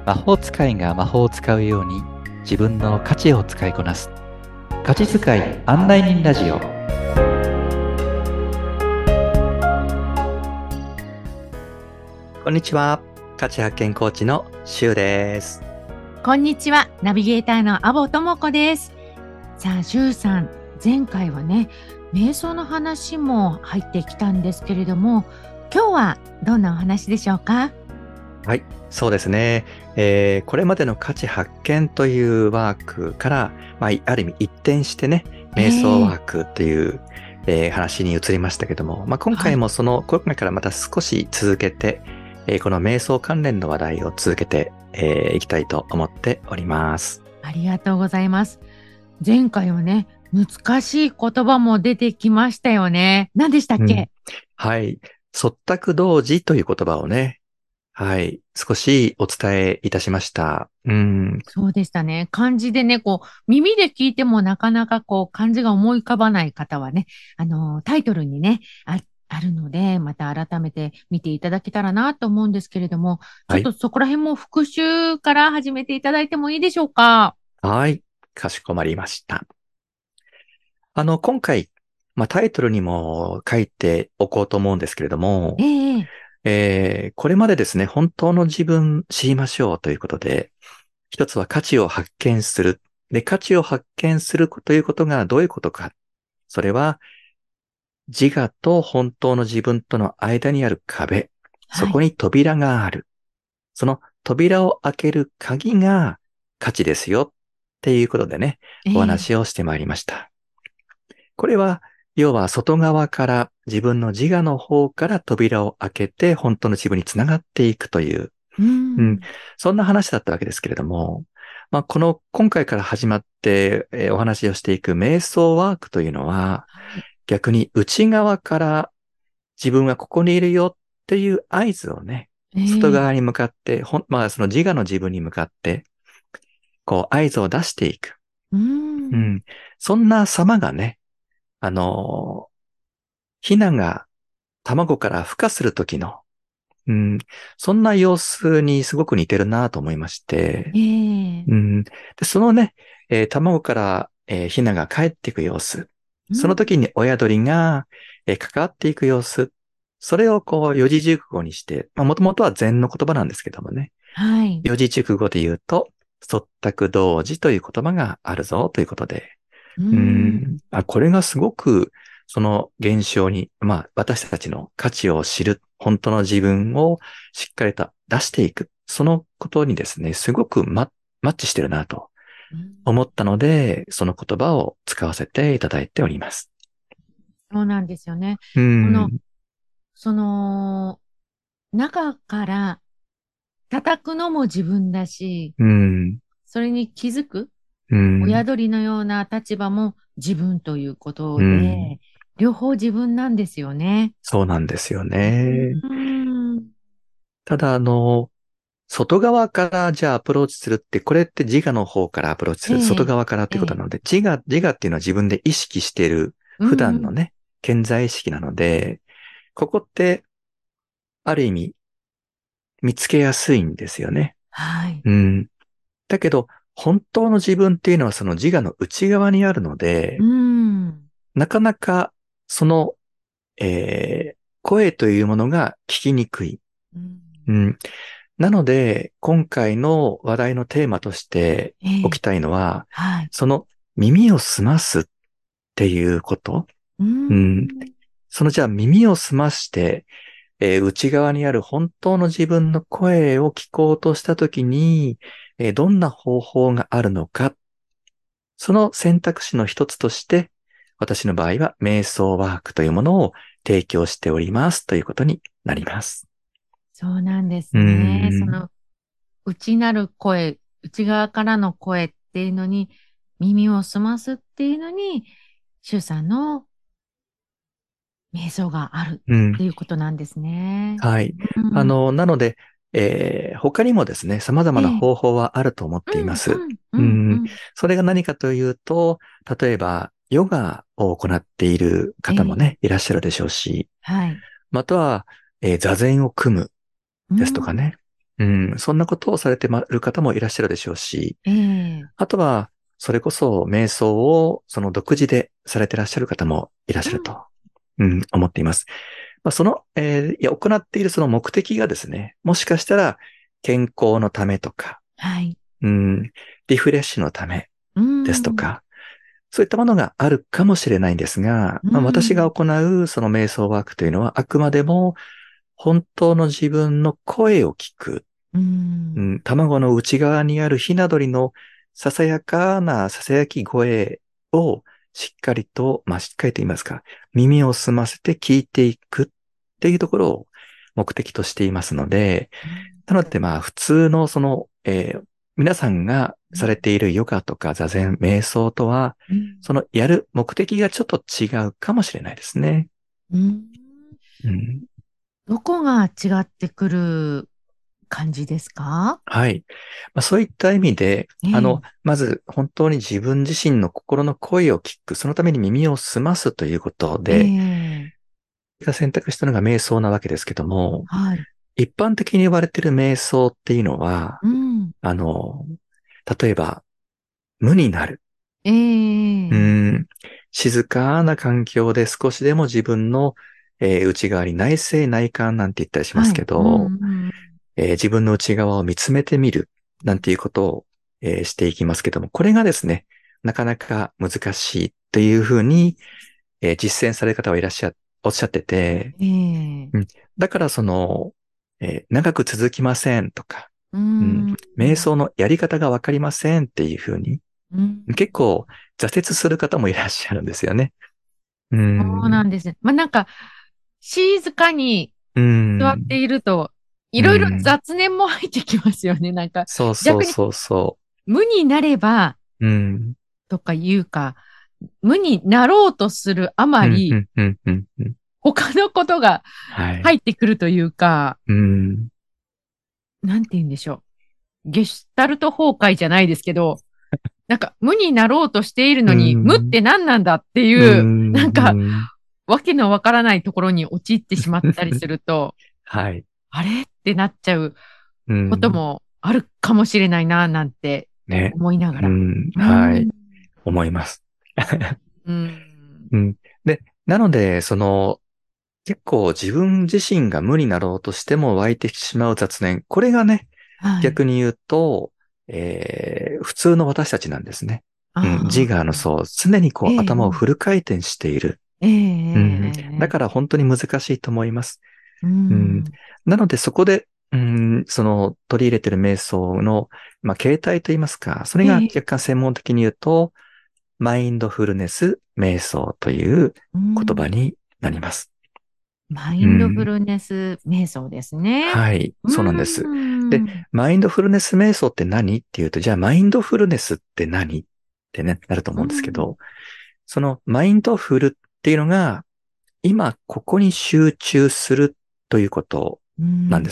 魔法使いが魔法を使うように自分の価値を使いこなす価値使い案内人ラジオ。こんにちは、価値発見コーチのしゅうです。 こんにちは、ナビゲーターの阿保智子です。さあ、しゅうさん、前回はね、瞑想の話も入ってきたんですけれども、今日はどんなお話でしょうか？ はい、そうですね。これまでの価値発見というワークから、ある意味一転してね、瞑想ワークという、話に移りましたけども、今回も今回からまた少し続けて、この瞑想関連の話題を続けていきたいと思っております。 ありがとうございます。前回はね、難しい言葉も出てきましたよね。何でしたっけ？ はい。卒託同時という言葉をね、はい。少しお伝えいたしました。 そうでしたね。漢字でね、耳で聞いてもなかなか漢字が思い浮かばない方はね、タイトルにね、あるので、また改めて見ていただけたらなと思うんですけれども、ちょはい。 っとそこら辺も復習から始めていただいてもいいでしょうか？ はい。かしこまりました。今回、タイトルにも書いておこうと思うんですけれども、 ええこれまでですね、本当の自分知りましょうということで、一つは価値を発見する。で、価値を発見するということがどういうことか。それは、自我と本当の自分との間にある壁。そはい。 こに扉がある。その扉を開ける鍵が価値ですよっていうことでね、お話ええをしてまいりました。これは、要は外側から自分の自我の方から扉を開けて本当の自分につながっていくという、 ううん、 ん。 そんな話だったわけですけれども、今回から始まって、お話をしていく瞑想ワークというのは、 はい。 逆に内側から自分はここにいるよっていう合図をね、外側ええに向かって、その自我の自分に向かって、合図を出していく。 うん。 そんな様がね、あのヒナが卵から孵化するときの、うん、そんな様子にすごく似てるなと思いまして、 ええで、そのね、卵から、ヒナが帰っていく様子、そのうん。 時に親鳥が、関わっていく様子、それを四字熟語にして、もともとは禅の言葉なんですけどもね、 はい。 四字熟語で言うと、卒託同時という言葉があるぞということで、 うん。 これがすごく、その現象に、私たちの価値を知る、本当の自分をしっかりと出していく。そのことにですね、すごくマッチしてるなと思ったので、その言葉を使わせていただいております。 そうなんですよね。 うこの、 ん、 その、中から叩くのも自分だし、 うん、 それに気づくうん、 親鳥のような立場も自分というこうとん。 で、両方自分なんですよね。 そうなんですようね。 ーん。 ただ、外側からじゃあアプローチするって、これって自我の方からアプローチする、外ええ、 側からっていうことええ、 なので、自我っていうのは自分で意識している普うんうん。 段のね、顕在意識なので、ここってある意味見つけやすいんですよね。 はい。 うん。だけど、本当の自分っていうのはその自我の内側にあるのうで、 ん。 なかなかその、声というものが聞きにくい。 うん。 うん。なので、今回の話題のテーマとしてええ、 おきたいのは、 はい。 その耳を澄ますっていうこと。 ううん。 ん。 そのじゃあ耳を澄まして、内側にある本当の自分の声を聞こうとしたときに、どんな方法があるのか。その選択肢の一つとして、私の場合は瞑想ワークというものを提供しておりますということになります。 そうなんでうーすね。 ん。 内なる声、内側からの声っていうのに、耳を澄ますっていうのに、周さんの瞑想があるっうん。 ていうことなんですね。 はい。 うん。 なので、他にもですね、様々なええ、 方法はあると思っています。 うん、うん、ううん。 ん。 それが何かというと、例えば、ヨガを行っているええ、 方もね、いらっしゃるでしょうし、 はい。 または、座禅を組むうですとかん、 ね。 うん、そんなことをされてる方もいらっしゃるでしょうし、 ええ、 あとは、それこそ瞑想をその独自でされてらっしゃる方もいらっしゃるうん、 と、思っています。まあ、行っているその目的がですね、もしかしたら健康のためとか、 はい。 うん、リフレッシュのためうん、 ですとか、そういったものがあるかもしれないんですが、 うまあ、私がん、 行うその瞑想ワークというのはあくまでも本当の自分の声を聞く、 うん、 卵の内側にあるひな鳥のささやかなささやき声をしっかりと、まあ、しっかりと言いますか、耳を澄ませて聞いていくっていうところを目的としていますので、 うん、 なのでまあ普通の皆さんがされているヨガとか座禅、瞑想とは、 うん、 そのやる目的がちょっと違うかもしれないですね。 うん。 うん、 どこが違ってくる感じですか？ はい。まあ、そういった意味で、 ええ、 まず本当に自分自身の心の声を聞く、そのために耳を澄ますということえで、 え、 が選択したのが瞑想なわけですけども、 はい。 一般的に言われている瞑想っていうのは、 うん、 あの、例えば無になる。 えうえ、 ん、静かな環境で少しでも自分の、内側に内省内観なんて言ったりしますけはい。うん、 ど、 うん、 自分の内側を見つめてみるなんていうことを、していきますけども、これがですね、なかなか難しいというふうに、実践される方はいらっしゃ、おっしゃってて、 ええ、 うん、だから長く続きませんとか、 ううん、 ん、 瞑想のやり方がわかりませんっていうふうに、 うん。 結構挫折する方もいらっしゃるんですよね。うそうん、 なんですね。まあ、なんか、静かにうん、 座っていると、いうろいろん。 雑念も入ってきますよね。なんか、 そうそう逆にそうそ無になればう。うん、 とかいうか、無になろうとするあまうん、うり、 ん、うん、うん。うん、 他のことがはい。 入ってくるというか、 うん、 なんて言うんでしょう。ゲシュタルト崩壊じゃないですけど、なんか無になろうとしているうのに、無っん、 て何なんだってういう、なんか、 ん、 わけのわからないところに陥ってしまったりすると、 はい。 あれってなっちゃううん、 こともあるかもしれないな、なんてね。 思いながら。 うん、 うーん。 はい。思います。 うーん。 うん。で、なので、結構自分自身が無になろうとしても湧いてしまう雑念。これがね、 はい。 逆に言うと、普通の私たちなんですね。うん、自ああ。 我のそう、常にこう頭をええ、 フル回転している。 ええ、えうん、 え、ええ。 だから本当に難しいと思います。 うーうん、 ん。 なのでそこで、取り入れている瞑想の、まあ、形態といいますか、それがええ、 若干専門的に言うと、マインドフルネス瞑想といううーん。 言葉になります。 マインドフうん、 ルネス瞑想ですね。 はい、 うーそうなんです。で、 ん。 マインドフルネス瞑想って何っていうと、じゃあマインドフルネスって何ってね、なるとう思うんですけん。 ど、そのマインドフルっていうのが、今ここに集中するということうん。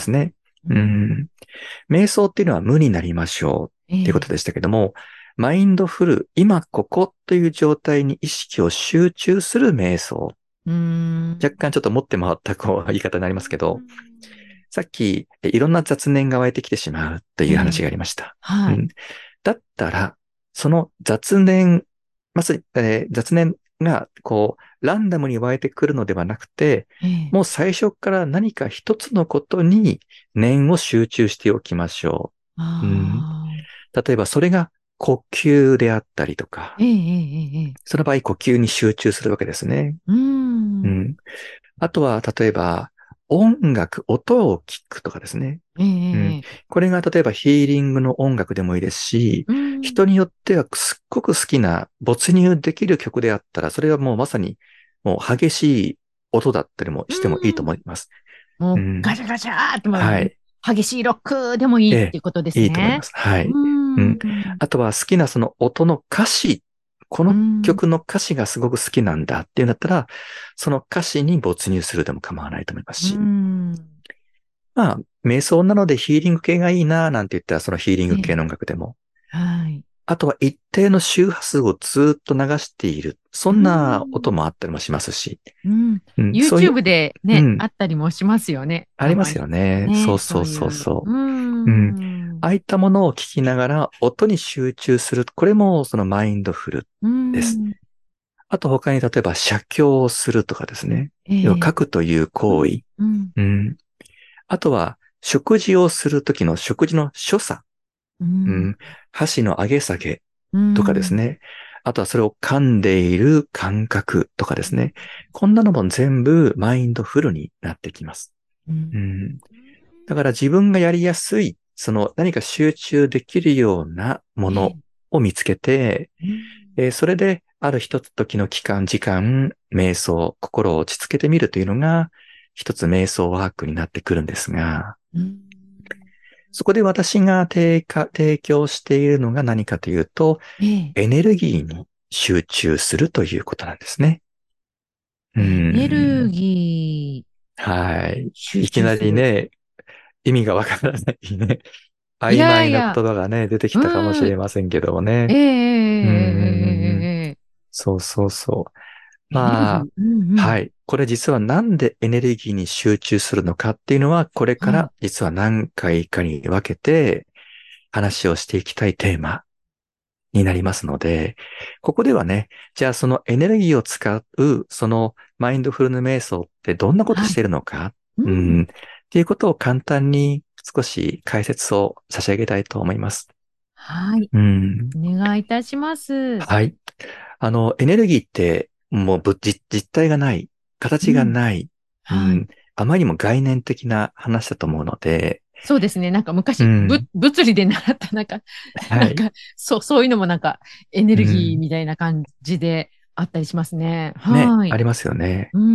なんですね。 うん。 うん。瞑想っていうのは無になりましょうええ。 っていうことでしたけども、マインドフル、今ここという状態に意識を集中する瞑想。 うーん。 若干ちょっと持って回った言い方になりますけど、 うん。 さっきいろんな雑念が湧いてきてしまうという話があええ。 りました。うはい。 ん。だったら、その雑念、まず、雑念がランダムに湧いてくるのではなくて、 ええ。 もう最初から何か一つのことに念を集中しておきましょう。うん。 ああ。 例えばそれが呼吸であったりとか、 ええ、ええ、ええ。 その場合呼吸に集中するわけですね。 うーん。 うん。あとは例えば音楽、音を聞くとかですね。 ええ、 うん。 ええ。 これが例えばヒーリングの音楽でもいいですし、 うん。 人によってはすっごく好きな没入できる曲であったら、それはもうまさにもう激しい音だったりもうしてもいいとん。 思います。 もううん。 ガチャガチャーってもうはい。 激しいロックでもいいってええ、 いうことですね。 いいと思います。はうい。うん。 ーん。 あとは好きなその音の歌詞、このうん。 曲の歌詞がすごく好きなんだっていうんだったら、その歌詞に没入するでも構わないと思いますうし。 ん。 まあ、瞑想なのでヒーリング系がいいななんて言ったら、そのヒーリンええ。 グ系の音楽でも。 はい。 あとは一定の周波数をずっと流している。そうんな音ん。 もあったりもしますし。 うん。 うん、そういう、 YouTube でね、 うん、 あったりもしますよね。 ありますたまに。 よね。そね、 うそうそういう。 そうそうう。 うん。 ん。 ああいったものを聞きながら音に集中する。これもそのマインドフルうです。 ん。 あと他に例えば写経をするとかですね。要はええ。 書くといううん。 行為。 うん。 うん。あとは食事をするときの食事の所作。 うん。 うん。箸の上げ下げうとかですん。 ね。あとはそれを噛んでいる感覚とかですね。こんなのも全部マインドフルになってきます。 うん。 うん。だから自分がやりやすい、その何か集中できるようなものええ。 を見つけて、 うん。 それである一つ時の期間、時間、瞑想、心を落ち着けてみるというのが、一つ瞑想ワークになってくるんですが、 うん。 そこで私が提供しているのが何かというと、 ええ。 エネルギーに集中するということなんですね。うエネルん。 ギー、 はい。 集いきな中する。 りね、意味がわからないね。 い曖昧な言やいや、 葉がね、出てきたかもしうん。 れませんけどもね。 ええ、えうんうんえ、 うんうん。 ええ、ええ、ええ、 そうそうそう。 エネルまあ、 ギー。うんうん。 はい。これ実はなんでエネルギーに集中するのかっていうのは、これかはい。 ら実は何回かに分けて話をしていきたいテーマになりますので、ここではね、じゃあそのエネルギーを使う、そのマインドフルネ瞑想ってどんなことはい。 してるのか、 うん。 っていうことを簡単に少し解説を差し上げたいと思います。 はい。 うん。 お願いいたします。 はい。エネルギーってもう実体がない、形がうん。 ない、うはい。 ん、あまりにも概念的な話だと思うので、 そうですね。なんか昔、 うん。 物理で習った、 はい。 なんか、そういうのもエネルギーうん。 みたいな感じであったりしますね。 ね、 はい。 ありますよね。 うん。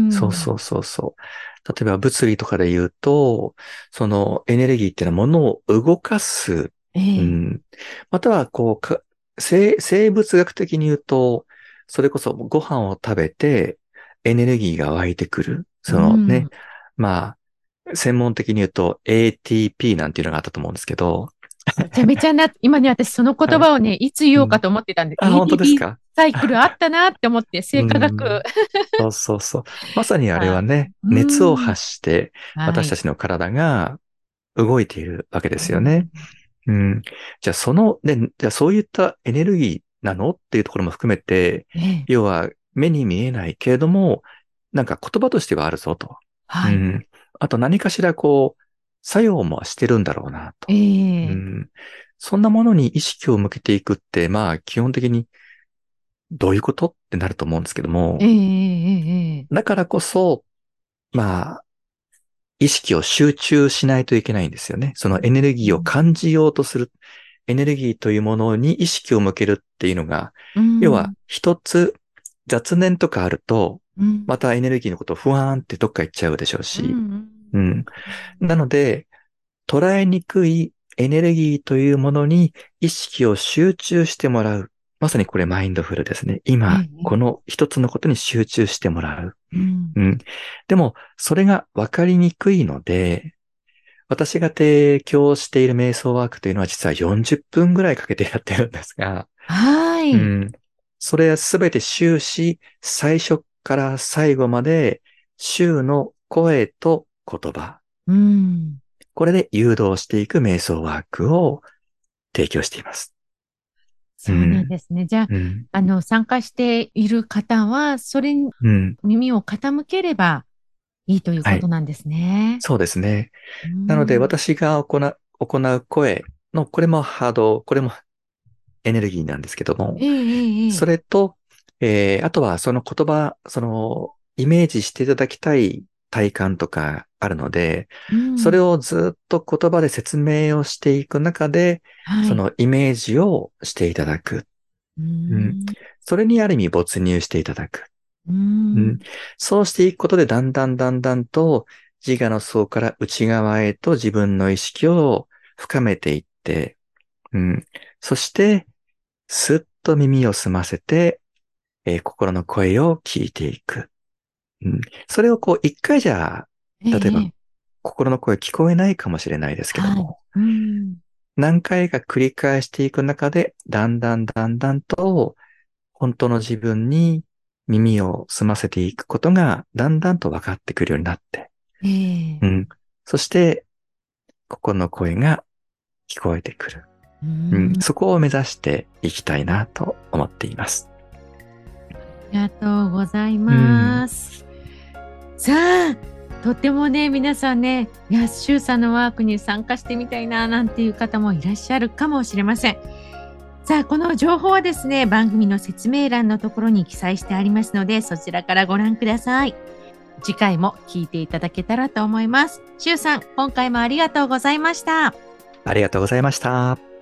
そうそうそうそう。例えば物理とかで言うと、そのエネルギーっていうのはものを動かす。 ええ。 うん。または生物学的に言うと、それこそご飯を食べてエネルギーが湧いてくる。 うそのね、 ん。 ま専門的に言うと ATP なんていうのがあったと思うんですけど、 めちゃめちゃ今ね、私そのはい。 言葉をね、いつ言おうかうん。 と思ってたんで、 あ、本当です ADP か？ サイクルあったなって思って、 う生化学。 ん。そうそうそう。まさにあれはい。 はね、 う熱をん。 発してはい。 私たちの体が動いているわけでうん。 すよね。うん。じゃあじゃあそういったエネルギーなのっていうところも含めて、 ええ。 要は目に見えないけれども、なんか言葉としてはあるぞと。うはい。 ん。あと何かしら作用もしてるんだろうなと。 ええ。 うん。そんなものに意識を向けていくって、まあ基本的にどういうことってなると思うんですけどええ。 も、 ええ。ええ、 だからこそ、まあ、意識を集中しないといけないんですよね。そのエネルギーを感じようとする。エネルギーというものに意識を向けるっていうのが、 うん。 要は一つ雑念とかあると、 うん。 またエネルギーのことを不安ってどっか行っちゃうでしょううん。うし。 ん。 うん。なので、捉えにくいエネルギーというものに意識を集中してもらう。まさにこれマインドフルですね。今、 ええ。 この一つのことに集中してもらう。 うん。 うん。でも、それが分かりにくいので、私が提供している瞑想ワークというのは実は40分ぐらいかけてやってるんですが、 はい。 うん。それはすべて終始、最初から最後まで、週の声と言葉。 うん。 これで誘導していく瞑想ワークを提供しています。うそうなんん。 ですね。じゃあ、 うん。 参加している方は、それにうん。 耳を傾ければいいというはい。 ことなんですね。 そうですね。 うなのでん。 私が行う声の、これも波動、これもエネルギーなんですけども、 ええ、ええ、えそえ、 れと、あとはその言葉、そのイメージしていただきたい体感とかあるので、 うん。 それをずっと言葉で説明をしていく中で、 はい。 そのイメージをしていただく。 ううん。 ん。 それにある意味没入していただく。 ううん。 ん。 そうしていくことで、だんだんと自我の層から内側へと自分の意識を深めていって、うん。そして、すっと耳を澄ませて、心の声を聞いていく。うん。それを一回じゃ、 ええ、 例えばええ、 心の声聞こえないかもしれないですけどはい。 も、 うん。 何回か繰り返していく中で、だんだんと本当の自分に耳を澄ませていくことがだんだんと分かってくるようになって、 ええ、 うん。そして、心の声が聞こえてくる。 うん。 そこを目指していきたいなと思っています。 ありがとうございうん。 ます。さあ、とってもね、皆さんね、いや、周さんのワークに参加してみたいな、なんていう方もいらっしゃるかもしれません。さあ、この情報はですね、番組の説明欄のところに記載してありますので、そちらからご覧ください。次回も聞いていただけたらと思います。周さん、今回もありがとうございました。 ありがとうございました。